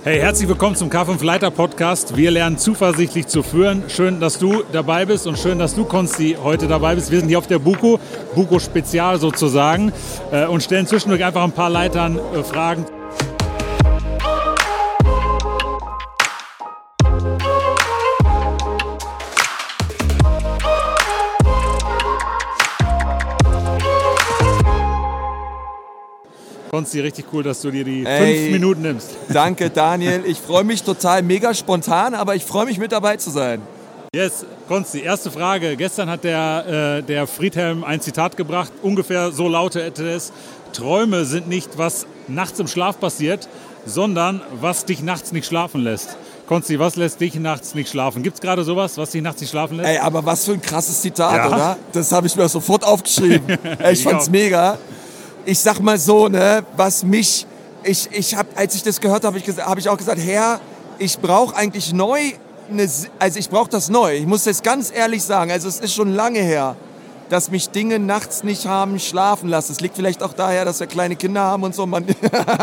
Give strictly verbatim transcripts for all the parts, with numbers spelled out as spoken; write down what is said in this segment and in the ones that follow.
Hey, herzlich willkommen zum K fünf Leiter Podcast. Wir lernen zuversichtlich zu führen. Schön, dass du dabei bist und schön, dass du, Konsti, heute dabei bist. Wir sind hier auf der Buko, Buko Spezial sozusagen, äh, und stellen zwischendurch einfach ein paar Leitern äh, Fragen. Konsti, richtig cool, dass du dir die Ey, fünf Minuten nimmst. Danke, Daniel. Ich freue mich total, mega spontan, aber ich freue mich, mit dabei zu sein. Yes, Konsti, erste Frage. Gestern hat der, äh, der Friedhelm ein Zitat gebracht, ungefähr so lautete es: Träume sind nicht, was nachts im Schlaf passiert, sondern was dich nachts nicht schlafen lässt. Konsti, was lässt dich nachts nicht schlafen? Gibt es gerade sowas, was dich nachts nicht schlafen lässt? Ey, aber was für ein krasses Zitat, Ja. oder? Das habe ich mir sofort aufgeschrieben. Ey, ich Ich fand's auch. mega. Ich sag mal so, ne, was mich, ich, ich hab, als ich das gehört habe, ich, hab ich auch gesagt, Herr, ich brauche eigentlich neu, eine, also ich brauche das neu. Ich muss das ganz ehrlich sagen, also es ist schon lange her, dass mich Dinge nachts nicht haben schlafen lassen. Es liegt vielleicht auch daher, dass wir kleine Kinder haben und so, man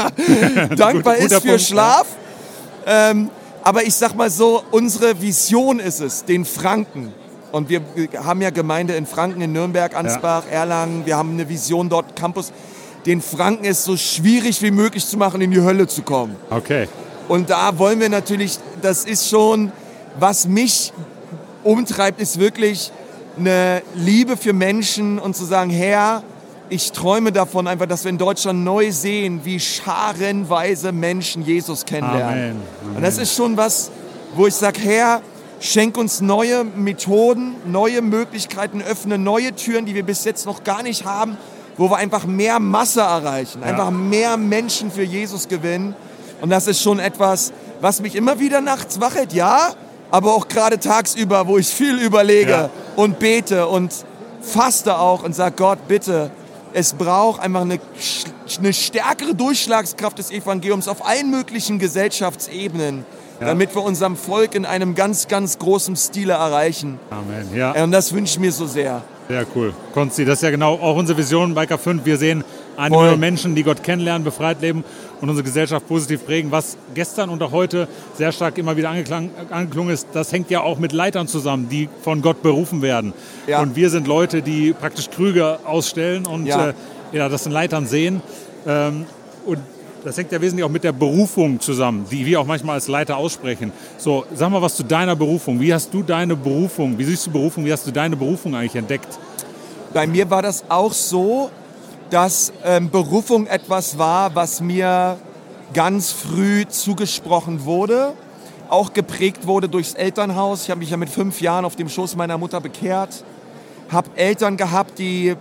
dankbar Guter ist für Punkt, Schlaf. Ähm, aber ich sag mal so, unsere Vision ist es, den Franken. Und wir haben ja Gemeinde in Franken, in Nürnberg, Ansbach, ja. Erlangen. Wir haben eine Vision dort, Campus. Den Franken ist so schwierig wie möglich zu machen, in die Hölle zu kommen. Okay. Und da wollen wir natürlich, das ist schon, was mich umtreibt, ist wirklich eine Liebe für Menschen und zu sagen, Herr, ich träume davon einfach, dass wir in Deutschland neu sehen, wie scharenweise Menschen Jesus kennenlernen. Amen. Amen. Und das ist schon was, wo ich sage, Herr, schenk uns neue Methoden, neue Möglichkeiten, öffne neue Türen, die wir bis jetzt noch gar nicht haben, wo wir einfach mehr Masse erreichen, Ja. einfach mehr Menschen für Jesus gewinnen. Und das ist schon etwas, was mich immer wieder nachts wach hält, ja, aber auch gerade tagsüber, wo ich viel überlege Ja. und bete und faste auch und sage, Gott, bitte, es braucht einfach eine, eine stärkere Durchschlagskraft des Evangeliums auf allen möglichen Gesellschaftsebenen, Ja. damit wir unserem Volk in einem ganz, ganz großen Stile erreichen. Amen. Ja. Und das wünsche ich mir so sehr. Sehr cool. Konsti, das ist ja genau auch unsere Vision bei K fünf. Wir sehen eine Voll. Million Menschen, die Gott kennenlernen, befreit leben und unsere Gesellschaft positiv prägen. Was gestern und auch heute sehr stark immer wieder angeklang, angeklungen ist, das hängt ja auch mit Leitern zusammen, die von Gott berufen werden. Ja. Und wir sind Leute, die praktisch Krüge ausstellen und Ja. äh, ja, das in Leitern sehen. Ähm, und das hängt ja wesentlich auch mit der Berufung zusammen, die wir auch manchmal als Leiter aussprechen. So, sag mal was zu deiner Berufung. Wie hast du deine Berufung, wie siehst du Berufung, wie hast du deine Berufung eigentlich entdeckt? Bei mir war das auch so, dass ähm, Berufung etwas war, was mir ganz früh zugesprochen wurde, auch geprägt wurde durchs Elternhaus. Ich habe mich ja mit fünf Jahren auf dem Schoß meiner Mutter bekehrt, habe Eltern gehabt, die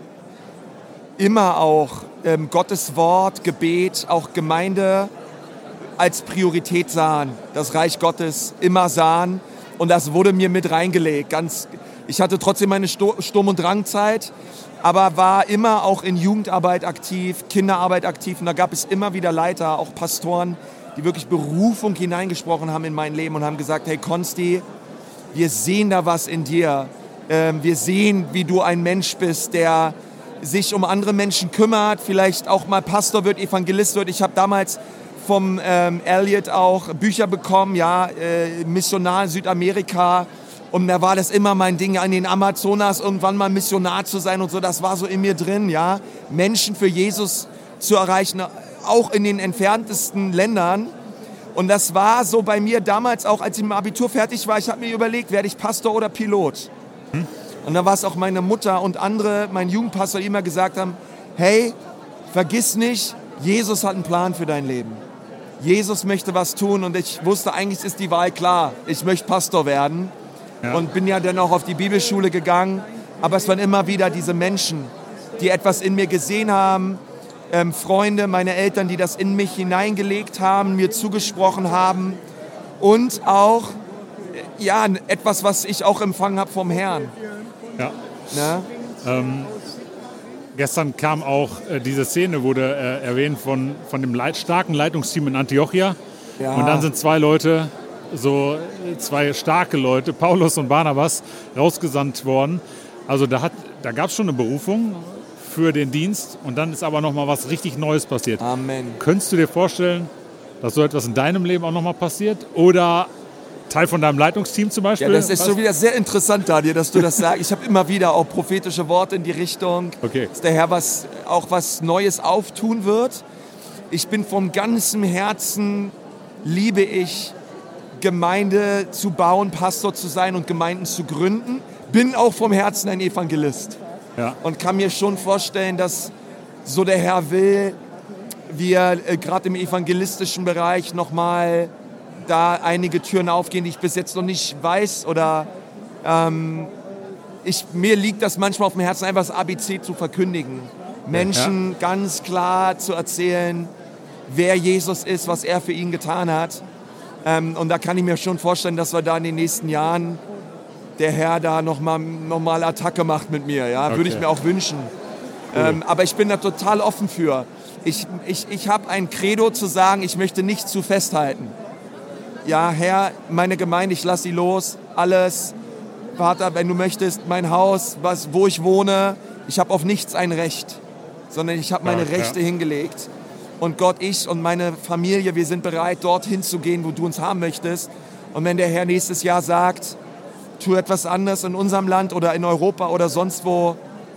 immer auch ähm, Gottes Wort, Gebet, auch Gemeinde als Priorität sahen, das Reich Gottes immer sahen, und das wurde mir mit reingelegt. Ganz, ich hatte trotzdem meine Sto- Sturm- und Drangzeit, aber war immer auch in Jugendarbeit aktiv, Kinderarbeit aktiv, und da gab es immer wieder Leiter, auch Pastoren, die wirklich Berufung hineingesprochen haben in mein Leben und haben gesagt, hey Konsti, wir sehen da was in dir, ähm, wir sehen, wie du ein Mensch bist, der sich um andere Menschen kümmert, vielleicht auch mal Pastor wird, Evangelist wird. Ich habe damals vom ähm, Elliot auch Bücher bekommen, ja, äh, Missionar in Südamerika. Und da war das immer mein Ding, an den Amazonas irgendwann mal Missionar zu sein und so. Das war so in mir drin, ja, Menschen für Jesus zu erreichen, auch in den entferntesten Ländern. Und das war so bei mir damals auch, als ich mit dem Abitur fertig war. Ich habe mir überlegt, werde ich Pastor oder Pilot? Hm? Und dann war es auch meine Mutter und andere, mein Jugendpastor, die immer gesagt haben, hey, vergiss nicht, Jesus hat einen Plan für dein Leben. Jesus möchte was tun, und ich wusste, eigentlich ist die Wahl klar. Ich möchte Pastor werden, ja. Und bin ja dann auch auf die Bibelschule gegangen. Aber es waren immer wieder diese Menschen, die etwas in mir gesehen haben, ähm, Freunde, meine Eltern, die das in mich hineingelegt haben, mir zugesprochen haben, und auch ja, etwas, was ich auch empfangen habe vom Herrn. Ja. Ne? Ähm, gestern kam auch äh, diese Szene, wurde äh, erwähnt von, von dem Leit- starken Leitungsteam in Antiochia. Ja. Und dann sind zwei Leute, so äh, zwei starke Leute, Paulus und Barnabas, rausgesandt worden. Also da, hat, da gab es schon eine Berufung für den Dienst, und dann ist aber noch mal was richtig Neues passiert. Amen. Könntest du dir vorstellen, dass so etwas in deinem Leben auch nochmal passiert? Oder Teil von deinem Leitungsteam zum Beispiel? Ja, das ist schon wieder sehr interessant, Daniel, dass du das sagst. Ich habe immer wieder auch prophetische Worte in die Richtung, okay. dass der Herr was, auch was Neues auftun wird. Ich bin vom ganzen Herzen, liebe ich, Gemeinde zu bauen, Pastor zu sein und Gemeinden zu gründen. Bin auch vom Herzen ein Evangelist. Ja. Und kann mir schon vorstellen, dass so der Herr will, wir äh, gerade im evangelistischen Bereich nochmal da einige Türen aufgehen, die ich bis jetzt noch nicht weiß. Oder ähm, ich, mir liegt das manchmal auf dem Herzen, einfach das A B C zu verkündigen. Menschen ja. ganz klar zu erzählen, wer Jesus ist, was er für ihn getan hat. Ähm, und da kann ich mir schon vorstellen, dass wir da in den nächsten Jahren der Herr da nochmal noch mal Attacke macht mit mir. Ja? Okay. Würde ich mir auch wünschen. Cool. Ähm, aber ich bin da total offen für. Ich, ich, ich habe ein Credo zu sagen, ich möchte nicht zu festhalten. Ja, Herr, meine Gemeinde, ich lasse sie los, alles. Vater, wenn du möchtest, mein Haus, was, wo ich wohne, ich habe auf nichts ein Recht, sondern ich habe meine ja, Rechte ja. hingelegt. Und Gott, ich und meine Familie, wir sind bereit, dorthin zu gehen, wo du uns haben möchtest. Und wenn der Herr nächstes Jahr sagt, tu etwas anderes in unserem Land oder in Europa oder sonst wo,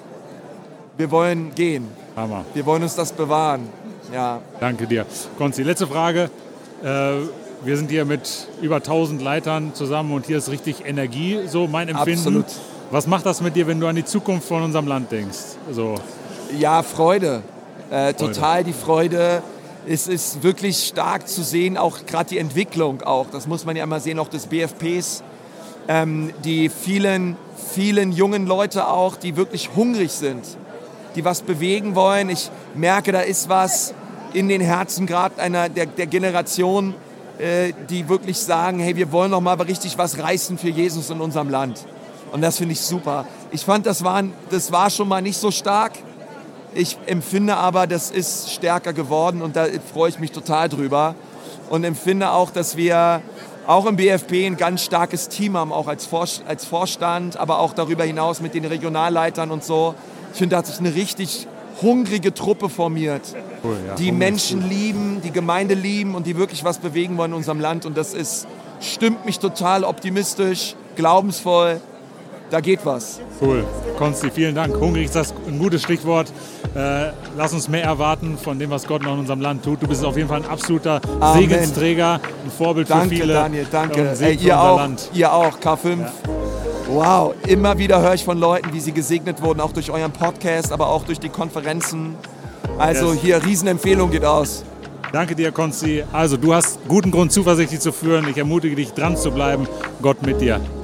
wir wollen gehen. Hammer. Wir wollen uns das bewahren. Ja. Danke dir. Konzi, letzte Frage. Äh, wir sind hier mit über tausend Leitern zusammen und hier ist richtig Energie, so mein Empfinden. Absolut. Was macht das mit dir, wenn du an die Zukunft von unserem Land denkst? So. Ja, Freude. Äh, total Freude. Die Freude. Es ist wirklich stark zu sehen, auch gerade die Entwicklung auch. Das muss man ja immer sehen, auch des B F Ps. Ähm, die vielen, vielen jungen Leute auch, die wirklich hungrig sind, die was bewegen wollen. Ich merke, da ist was in den Herzen gerade einer der, der Generation, äh, die wirklich sagen, hey, wir wollen noch mal richtig was reißen für Jesus in unserem Land. Und das finde ich super. Ich fand, das war, das war schon mal nicht so stark. Ich empfinde aber, das ist stärker geworden und da freue ich mich total drüber. Und empfinde auch, dass wir auch im B F P ein ganz starkes Team haben, auch als, Vor- als Vorstand, aber auch darüber hinaus mit den Regionalleitern und so. Ich finde, da hat sich eine richtig hungrige Truppe formiert, cool, ja, die Menschen lieben, die Gemeinde lieben und die wirklich was bewegen wollen in unserem Land. Und das ist, stimmt mich total optimistisch, glaubensvoll. Da geht was. Cool. Konsti, vielen Dank. Hungrig ist das ein gutes Stichwort. Äh, lass uns mehr erwarten von dem, was Gott noch in unserem Land tut. Du bist auf jeden Fall ein absoluter Amen. Segensträger, ein Vorbild danke, für viele. Daniel, danke. Danke, Ey, ihr auch, Land. Ihr auch, K fünf. Ja. Wow, immer wieder höre ich von Leuten, wie sie gesegnet wurden, auch durch euren Podcast, aber auch durch die Konferenzen. Also yes. Hier, Riesenempfehlung geht aus. Danke dir, Konsti. Also, du hast guten Grund, zuversichtlich zu führen. Ich ermutige dich, dran zu bleiben. Gott mit dir.